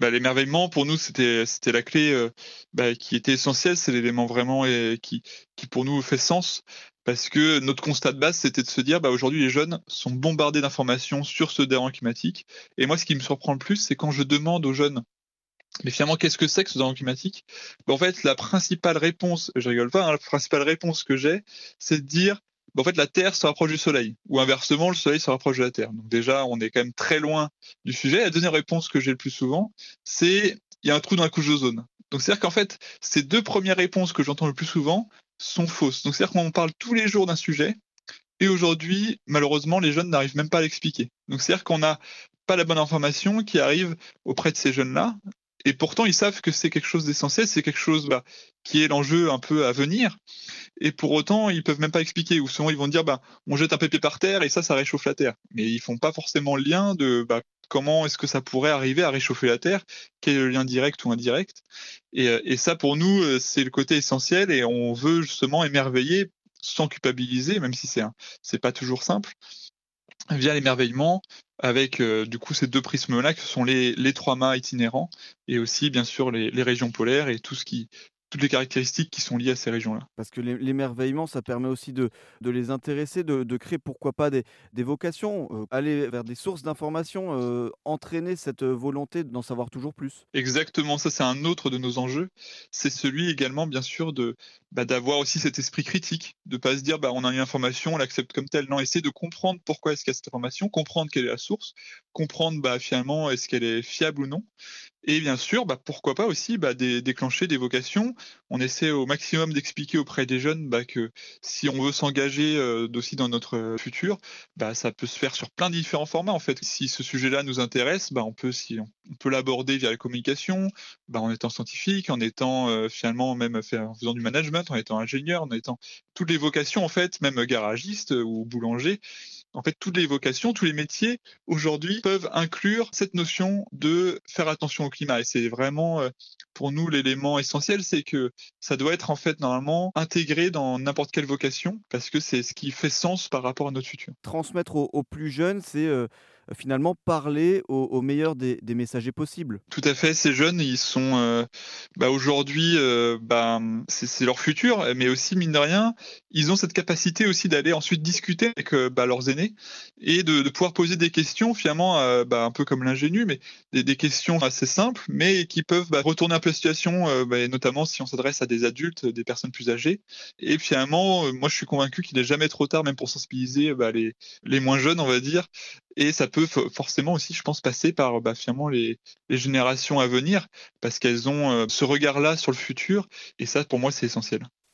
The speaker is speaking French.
L'émerveillement pour nous c'était la clé qui était essentielle, c'est l'élément vraiment qui pour nous fait sens parce que notre constat de base c'était de se dire aujourd'hui les jeunes sont bombardés d'informations sur ce dérèglement climatique et moi ce qui me surprend le plus c'est quand je demande aux jeunes mais finalement qu'est-ce que c'est que ce dérèglement climatique? En fait la principale réponse, je rigole pas, hein, la principale réponse que j'ai c'est de dire en fait, la Terre se rapproche du Soleil, ou inversement, le Soleil se rapproche de la Terre. Donc déjà, on est quand même très loin du sujet. La deuxième réponse que j'ai le plus souvent, c'est il y a un trou dans la couche d'ozone. Donc c'est-à-dire qu'en fait, ces deux premières réponses que j'entends le plus souvent sont fausses. Donc c'est-à-dire qu'on parle tous les jours d'un sujet, et aujourd'hui, malheureusement, les jeunes n'arrivent même pas à l'expliquer. Donc c'est-à-dire qu'on n'a pas la bonne information qui arrive auprès de ces jeunes-là, et pourtant ils savent que c'est quelque chose d'essentiel, c'est quelque chose qui est l'enjeu un peu à venir, et pour autant ils peuvent même pas expliquer, ou souvent ils vont dire on jette un papier par terre et ça réchauffe la terre, mais ils font pas forcément le lien de comment est-ce que ça pourrait arriver à réchauffer la terre, quel est le lien direct ou indirect, et ça pour nous c'est le côté essentiel et on veut justement émerveiller sans culpabiliser, même si c'est pas toujours simple, via l'émerveillement avec du coup ces deux prismes-là que sont les trois mâts itinérants et aussi bien sûr les régions polaires et toutes les caractéristiques qui sont liées à ces régions-là. Parce que l'émerveillement, ça permet aussi de les intéresser, de créer pourquoi pas des vocations, aller vers des sources d'informations, entraîner cette volonté d'en savoir toujours plus. Exactement, ça c'est un autre de nos enjeux. C'est celui également bien sûr d'avoir aussi cet esprit critique, de pas se dire on a une information, on l'accepte comme telle. Non, essayer de comprendre pourquoi est-ce qu'il y a cette information, comprendre quelle est la source, comprendre finalement est-ce qu'elle est fiable ou non. Et bien sûr, pourquoi pas aussi déclencher des vocations. On essaie au maximum d'expliquer auprès des jeunes que si on veut s'engager aussi dans notre futur, ça peut se faire sur plein de différents formats en fait. Si ce sujet-là nous intéresse, on peut l'aborder via la communication, en étant scientifique, en étant finalement même en faisant du management, en étant ingénieur, en étant toutes les vocations en fait, même garagiste ou boulanger. En fait, toutes les vocations, tous les métiers aujourd'hui peuvent inclure cette notion de faire attention au climat. Et c'est vraiment pour nous l'élément essentiel, c'est que ça doit être en fait normalement intégré dans n'importe quelle vocation parce que c'est ce qui fait sens par rapport à notre futur. Transmettre aux plus jeunes, c'est, finalement parler au meilleur des messagers possibles. Tout à fait, ces jeunes, ils sont aujourd'hui, c'est leur futur, mais aussi mine de rien, ils ont cette capacité aussi d'aller ensuite discuter avec leurs aînés et de pouvoir poser des questions finalement, un peu comme l'ingénu, mais des questions assez simples, mais qui peuvent retourner un peu la situation, et notamment si on s'adresse à des adultes, des personnes plus âgées. Et finalement, moi je suis convaincu qu'il n'est jamais trop tard, même pour sensibiliser les moins jeunes, on va dire. Et ça peut forcément aussi, je pense, passer par finalement les générations à venir, parce qu'elles ont ce regard-là sur le futur, et ça, pour moi, c'est essentiel.